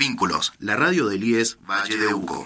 Vínculos, la radio del IES Valle de Uco.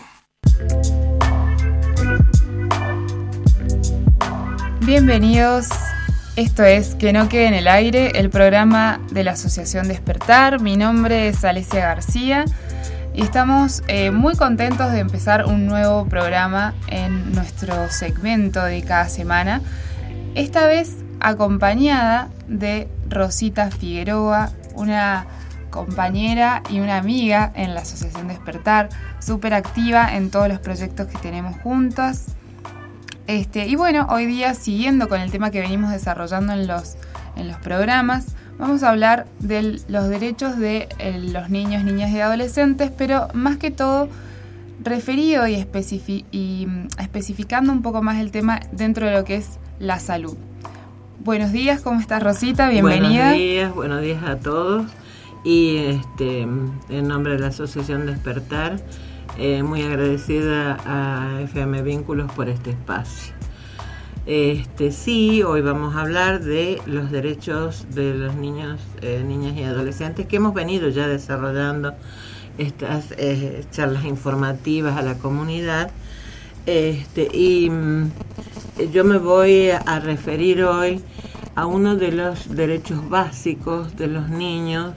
Bienvenidos, esto es Que no quede en el aire, el programa de la Asociación Despertar. Mi nombre es Alesia García y estamos muy contentos de empezar un nuevo programa en nuestro segmento de cada semana, esta vez acompañada de Rosita Figueroa, una compañera y una amiga en la Asociación Despertar, súper activa en todos los proyectos que tenemos juntas. Y bueno, hoy día, siguiendo con el tema que venimos desarrollando en los programas, vamos a hablar de los derechos de los niños, niñas y adolescentes, pero más que todo referido y especificando un poco más el tema dentro de lo que es la salud. Buenos días, ¿cómo estás, Rosita? Bienvenida. Buenos días a todos. Y en nombre de la Asociación Despertar, muy agradecida a FM Vínculos por este espacio. Sí, hoy vamos a hablar de los derechos de los niños, niñas y adolescentes, que hemos venido ya desarrollando estas charlas informativas a la comunidad. Y yo me voy a referir hoy a uno de los derechos básicos de los niños,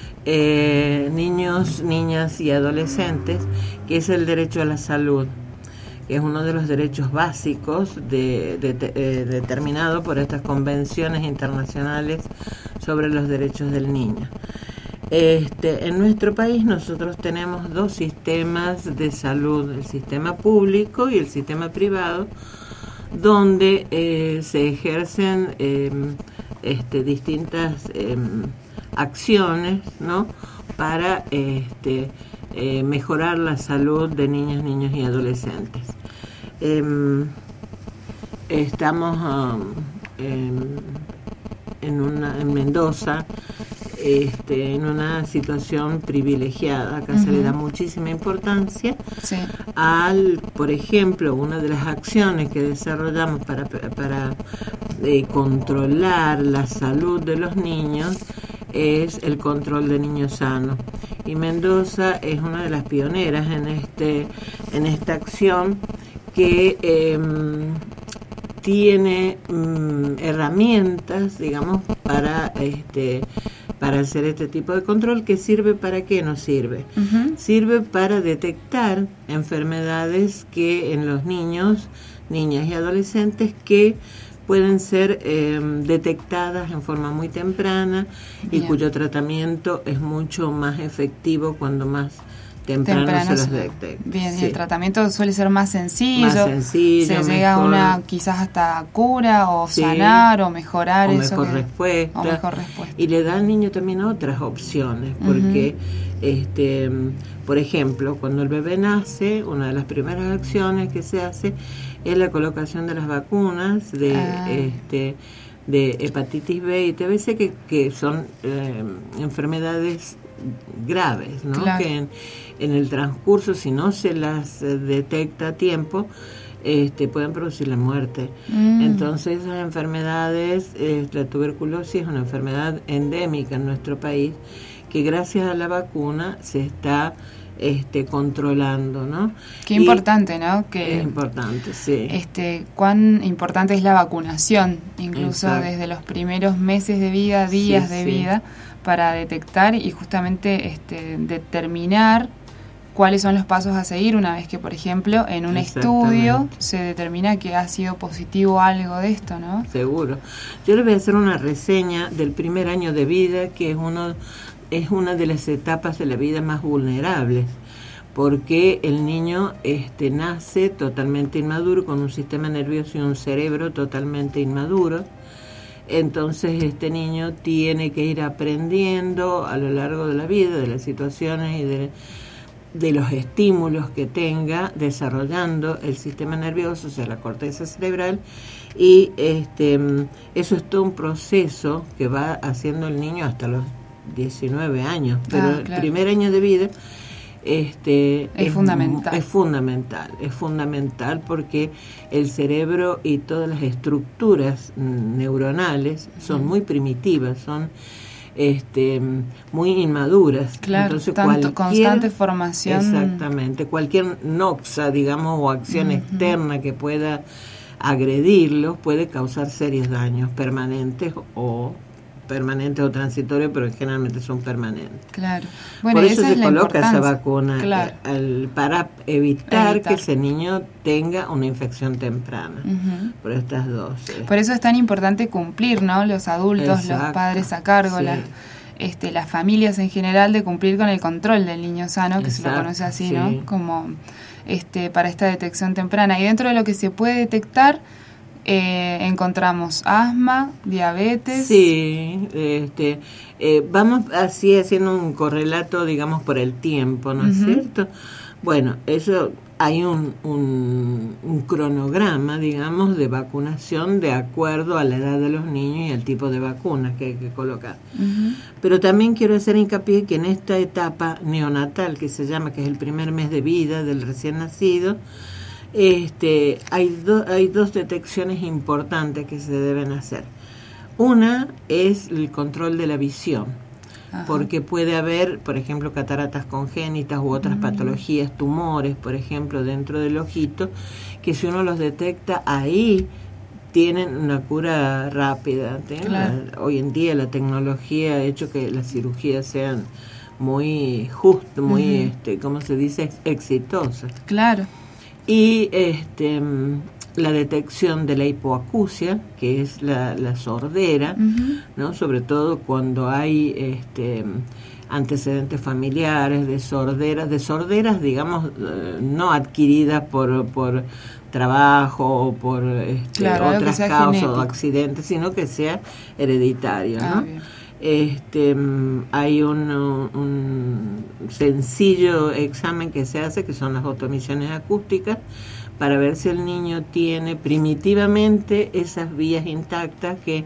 niñas y adolescentes, que es el derecho a la salud, que es uno de los derechos básicos determinado por estas convenciones internacionales sobre los derechos del niño. En nuestro país nosotros tenemos dos sistemas de salud, el sistema público y el sistema privado, donde se ejercen distintas acciones, ¿no?, para mejorar la salud de niñas, niños y adolescentes. Estamos en Mendoza, en una situación privilegiada. Acá se le da muchísima importancia por ejemplo, una de las acciones que desarrollamos para controlar la salud de los niños es el control de niños sanos. Y Mendoza es una de las pioneras en esta acción que tiene herramientas, digamos, para hacer este tipo de control. ¿Que sirve? ¿Para qué nos sirve? Sirve para detectar enfermedades que en los niños, niñas y adolescentes que pueden ser detectadas en forma muy temprana. Bien. Y cuyo tratamiento es mucho más efectivo cuando más temprano se los detecta. Bien, sí. Y el tratamiento suele ser más sencillo. Se llega a una quizás hasta cura o sanar o mejorar o mejor respuesta. Y le da al niño también otras opciones, porque por ejemplo, cuando el bebé nace, una de las primeras acciones que se hace es la colocación de las vacunas de hepatitis B y TBC, que son enfermedades graves, ¿no? Claro. Que en el transcurso, si no se las detecta a tiempo, pueden producir la muerte. Entonces, esas enfermedades, la tuberculosis es una enfermedad endémica en nuestro país, que gracias a la vacuna se está controlando, ¿no? Qué importante, ¿no? Es importante, sí. Cuán importante es la vacunación, incluso desde los primeros meses de vida, días de vida, para detectar y justamente determinar cuáles son los pasos a seguir una vez que, por ejemplo, en un estudio se determina que ha sido positivo algo de esto, ¿no? Seguro. Yo les voy a hacer una reseña del primer año de vida, que es una de las etapas de la vida más vulnerables, porque el niño nace totalmente inmaduro, con un sistema nervioso y un cerebro totalmente inmaduro. Entonces este niño tiene que ir aprendiendo a lo largo de la vida, de las situaciones y de los estímulos que tenga, desarrollando el sistema nervioso, o sea, la corteza cerebral, y eso es todo un proceso que va haciendo el niño hasta los 19 años, pero el primer año de vida es fundamental porque el cerebro y todas las estructuras neuronales son muy primitivas, son muy inmaduras. Claro, entonces constante formación. Exactamente, cualquier noxa, digamos, o acción externa que pueda agredirlos puede causar serios daños permanentes o transitorios, pero generalmente son permanentes. Claro. Bueno, por eso esa se coloca esa vacuna, claro, para evitar que ese niño tenga una infección temprana. Por estas dos. Por eso es tan importante cumplir, ¿no? Los adultos, exacto, los padres a cargo, sí. Las familias en general, de cumplir con el control del niño sano, que exacto, se lo conoce así, sí. ¿no? Como para esta detección temprana. Y dentro de lo que se puede detectar, encontramos asma, diabetes. Sí, vamos así haciendo un correlato, digamos, por el tiempo, ¿no es cierto? Bueno, eso hay un cronograma, digamos, de vacunación de acuerdo a la edad de los niños y el tipo de vacunas que hay que colocar. Pero también quiero hacer hincapié que en esta etapa neonatal, que se llama, que es el primer mes de vida del recién nacido, hay dos detecciones importantes que se deben hacer. Una es el control de la visión, porque puede haber, por ejemplo, cataratas congénitas u otras patologías, tumores, por ejemplo, dentro del ojito, que si uno los detecta ahí, tienen una cura rápida. Claro. Hoy en día la tecnología ha hecho que las cirugías sean muy justas, muy, ¿cómo se dice?, exitosas. Claro. Y la detección de la hipoacusia, que es la sordera, ¿no? Sobre todo cuando hay antecedentes familiares de sorderas, digamos, no adquiridas por trabajo o por otras causas genético, o accidentes, sino que sea hereditario, ¿no? Hay un sencillo examen que se hace, que son las otomisiones acústicas, para ver si el niño tiene primitivamente esas vías intactas que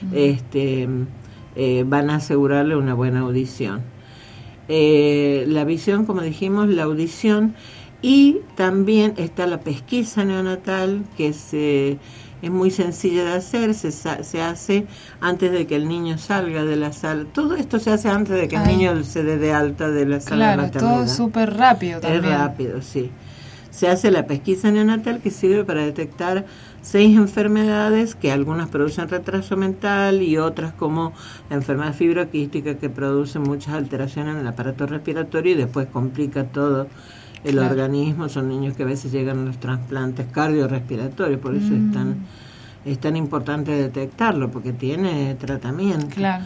van a asegurarle una buena audición. La visión, como dijimos, la audición, y también está la pesquisa neonatal, que es muy sencilla de hacer, se hace antes de que el niño salga de la sala. Todo esto se hace antes de que el niño se dé de alta de la sala de maternidad. Claro, todo súper rápido también. Es rápido, sí. Se hace la pesquisa neonatal, que sirve para detectar 6 enfermedades, que algunas producen retraso mental y otras, como la enfermedad fibroquística, que produce muchas alteraciones en el aparato respiratorio y después complica todo el organismo. Son niños que a veces llegan a los trasplantes cardiorrespiratorios, por eso es tan importante detectarlo, porque tiene tratamiento. Claro.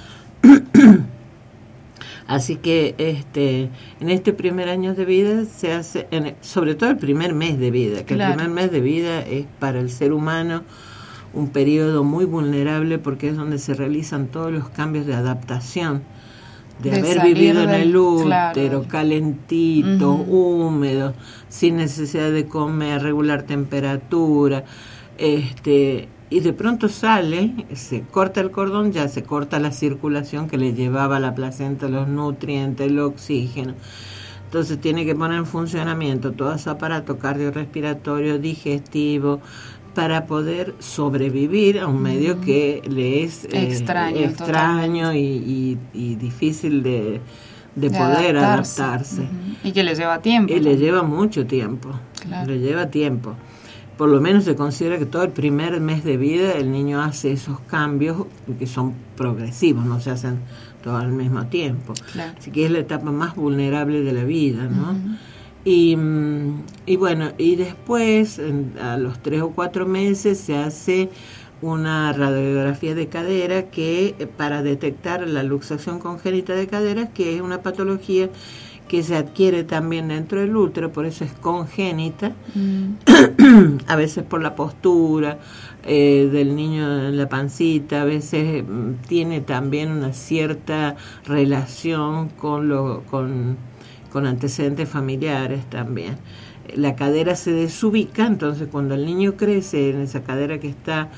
Así que en este primer año de vida se hace, sobre todo el primer mes de vida, que el primer mes de vida es para el ser humano un periodo muy vulnerable, porque es donde se realizan todos los cambios de adaptación, de haber vivido en el útero, calentito, húmedo, sin necesidad de comer, regular temperatura, y de pronto sale, se corta el cordón, ya se corta la circulación que le llevaba a la placenta los nutrientes, el oxígeno. Entonces tiene que poner en funcionamiento todo ese aparato cardiorrespiratorio, digestivo, para poder sobrevivir a un medio que le es extraño y difícil de poder adaptarse. Y que le lleva tiempo. Y le lleva mucho tiempo. Claro. Le lleva tiempo. Por lo menos se considera que todo el primer mes de vida el niño hace esos cambios, que son progresivos, no se hacen todos al mismo tiempo. Claro. Así que es la etapa más vulnerable de la vida, ¿no? Y bueno, y después, a los 3 o 4 meses, se hace una radiografía de cadera, que para detectar la luxación congénita de caderas, que es una patología que se adquiere también dentro del útero, por eso es congénita, a veces por la postura del niño en la pancita, a veces tiene también una cierta relación con antecedentes familiares también. La cadera se desubica, entonces cuando el niño crece en esa cadera que está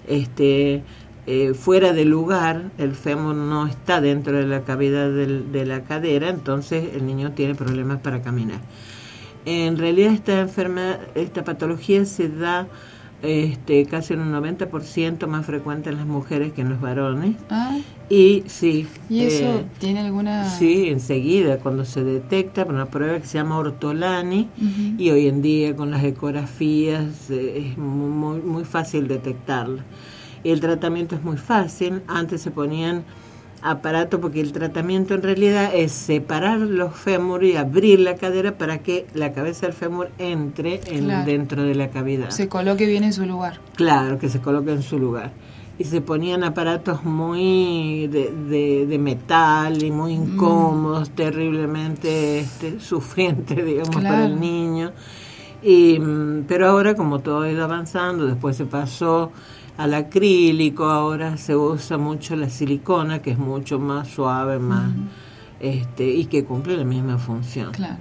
fuera de lugar, el fémur no está dentro de la cavidad de la cadera, entonces el niño tiene problemas para caminar. En realidad esta patología se da casi en un 90% más frecuente en las mujeres que en los varones. Ah, Y sí. ¿y eso tiene alguna...? Sí, enseguida, cuando se detecta por una prueba que se llama ortolani, Ujú. y hoy en día con las ecografías es muy, muy fácil detectarla. Y el tratamiento es muy fácil. Antes se ponían aparatos, porque el tratamiento en realidad es separar los fémur y abrir la cadera para que la cabeza del fémur entre Claro. dentro de la cavidad. Se coloque bien en su lugar. Claro, que se coloque en su lugar. Y se ponían aparatos muy de metal y muy incómodos, terriblemente sufrientes, digamos, Claro. para el niño. Y, pero ahora, como todo ha ido avanzando, después se pasó al acrílico, ahora se usa mucho la silicona, que es mucho más suave, más y que cumple la misma función. Claro.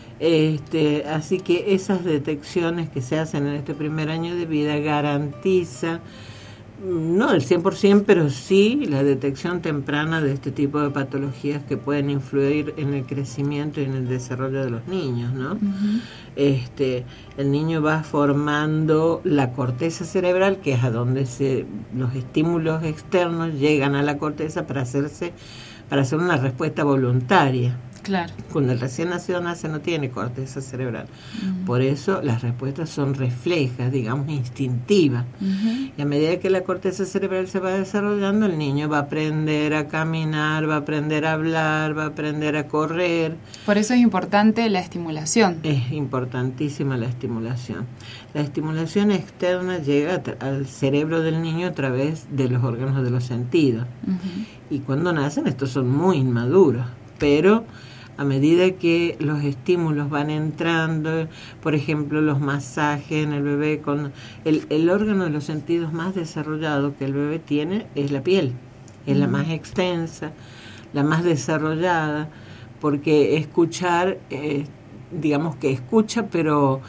Así que esas detecciones que se hacen en este primer año de vida garantiza, no el 100%, pero sí la detección temprana de este tipo de patologías que pueden influir en el crecimiento y en el desarrollo de los niños, ¿no? Ujú. El niño va formando la corteza cerebral, que es a donde los estímulos externos llegan a la corteza para hacer una respuesta voluntaria. Claro. Cuando el recién nacido no tiene corteza cerebral. Por eso las respuestas son reflejas, digamos, instintivas. Ujú. Y a medida que la corteza cerebral se va desarrollando, el niño va a aprender a caminar, va a aprender a hablar, va a aprender a correr. Por eso es importante la estimulación. Es importantísima la estimulación. La estimulación externa llega al cerebro del niño a través de los órganos de los sentidos. Ujú. Y cuando nacen estos son muy inmaduros, pero a medida que los estímulos van entrando, por ejemplo, los masajes en el bebé, con el órgano de los sentidos más desarrollado que el bebé tiene es la piel, es la más extensa, la más desarrollada, porque escuchar, digamos que escucha, pero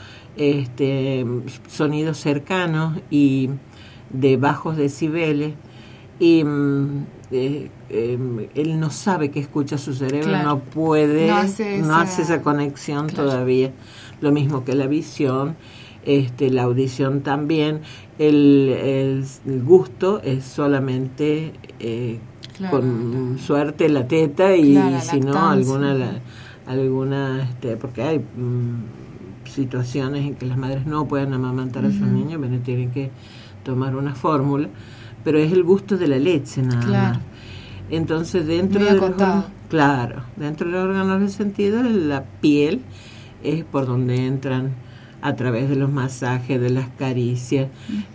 sonidos cercanos y de bajos decibeles, y él no sabe que escucha su cerebro, Claro. no puede, No hace esa conexión Claro. todavía. Lo mismo que la visión, la audición también, el gusto es solamente Claro, con suerte la teta y Claro, la si no lactancia. alguna porque hay situaciones en que las madres no pueden amamantar a sus niños, bueno, tienen que tomar una fórmula, pero es el gusto de la leche nada Claro. más. Entonces dentro Muy de los acotado. dentro de los órganos del sentido, la piel es por donde entran a través de los masajes, de las caricias,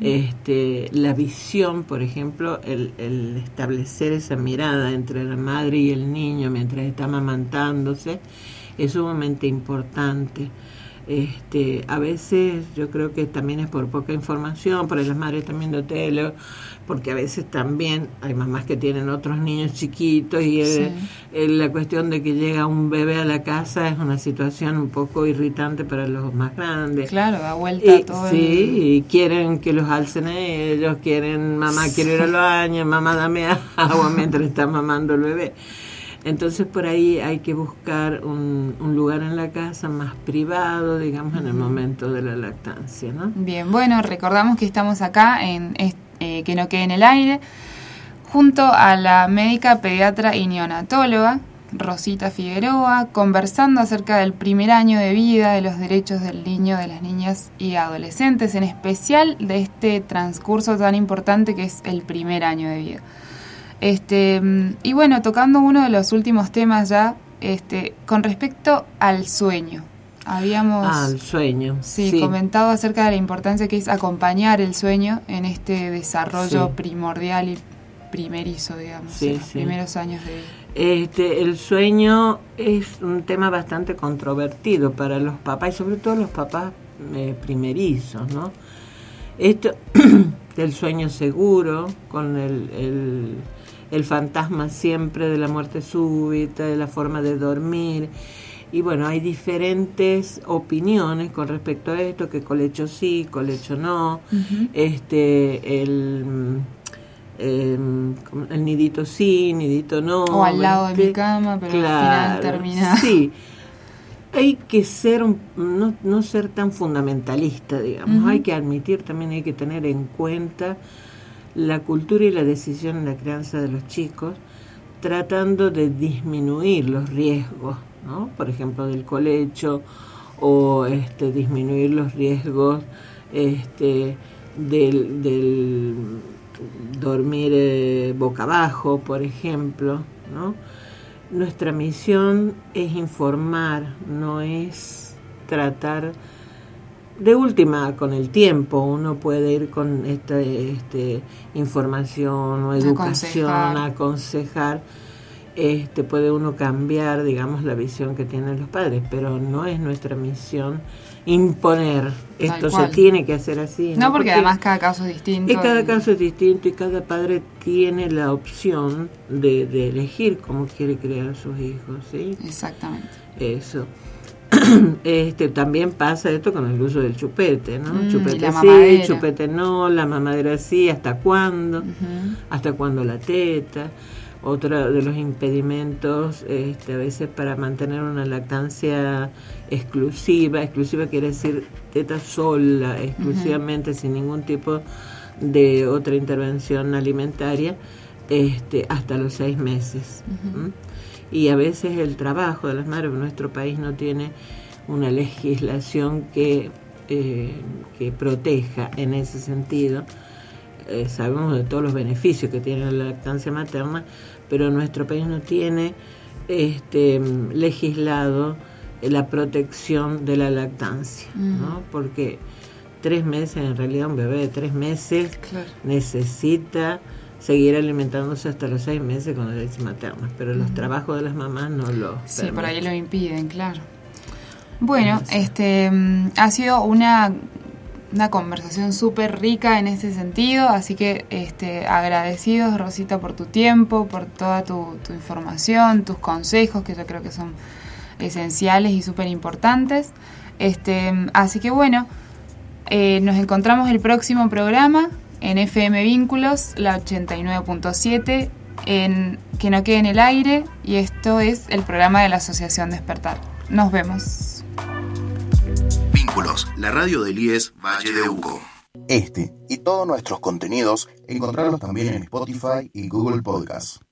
la visión, por ejemplo, el establecer esa mirada entre la madre y el niño mientras está amamantándose es sumamente importante. A veces yo creo que también es por poca información, por las madres también de tele, porque a veces también hay mamás que tienen otros niños chiquitos y Sí. la cuestión de que llega un bebé a la casa es una situación un poco irritante para los más grandes. Claro, da vuelta todo. Sí, y quieren que los alcen a ellos, quieren, mamá, quiero ir al baño, mamá, dame agua mientras está mamando el bebé. Entonces por ahí hay que buscar un lugar en la casa más privado, digamos, en el momento de la lactancia, ¿no? Bien, bueno, recordamos que estamos acá en Que no quede en el aire, junto a la médica pediatra y neonatóloga Rosita Figueroa, conversando acerca del primer año de vida, de los derechos del niño, de las niñas y adolescentes, en especial de este transcurso tan importante que es el primer año de vida. Y bueno, tocando uno de los últimos temas ya, con respecto al sueño. Habíamos el sueño. Sí. comentado acerca de la importancia que es acompañar el sueño en este desarrollo primordial y primerizo, digamos, en los primeros años de vida. El sueño es un tema bastante controvertido para los papás, y sobre todo los papás primerizos, ¿no? Esto del sueño seguro, con el fantasma siempre de la muerte súbita, de la forma de dormir. Y bueno, hay diferentes opiniones con respecto a esto, que colecho sí, colecho no, el nidito sí, nidito no. O al lado de mi cama, pero al final termina... Sí. hay que ser no ser tan fundamentalista, digamos. Uh-huh. Hay que admitir, también hay que tener en cuenta la cultura y la decisión en la crianza de los chicos, tratando de disminuir los riesgos, ¿no? Por ejemplo, del colecho, o disminuir los riesgos del dormir boca abajo, por ejemplo, ¿no? Nuestra misión es informar, no es tratar. De última, con el tiempo uno puede ir con esta información o educación, aconsejar, puede uno cambiar, digamos, la visión que tienen los padres, pero no es nuestra misión imponer, esto se tiene que hacer así. No, porque además cada caso es distinto. Y cada caso es distinto y cada padre tiene la opción de elegir cómo quiere criar a sus hijos, ¿sí? Exactamente. Eso. También pasa esto con el uso del chupete, ¿no? Chupete sí, chupete no, la mamadera sí, ¿hasta cuándo? Uh-huh. ¿Hasta cuándo la teta? Otro de los impedimentos, a veces para mantener una lactancia exclusiva quiere decir teta sola, exclusivamente, uh-huh, sin ningún tipo de otra intervención alimentaria, hasta los 6 meses. Uh-huh. Y a veces el trabajo de las madres, nuestro país no tiene una legislación que proteja en ese sentido. Sabemos de todos los beneficios que tiene la lactancia materna, pero nuestro país no tiene legislado la protección de la lactancia, ¿no? Porque 3 meses, en realidad un bebé de 3 meses, claro, necesita seguir alimentándose hasta los 6 meses con la leche materna, pero los trabajos de las mamás no lo permiten. Por ahí lo impiden, claro. Bueno, ha sido una conversación súper rica en ese sentido, así que agradecidos, Rosita, por tu tiempo, por toda tu información, tus consejos, que yo creo que son esenciales y súper importantes. Así que bueno, nos encontramos el próximo programa en FM Vínculos, la 89.7, en Que no quede en el aire, y esto es el programa de la Asociación Despertar. Nos vemos. Vínculos, la radio del IES Valle de Uco. Este y todos nuestros contenidos encontrarlos también en Spotify y Google Podcast.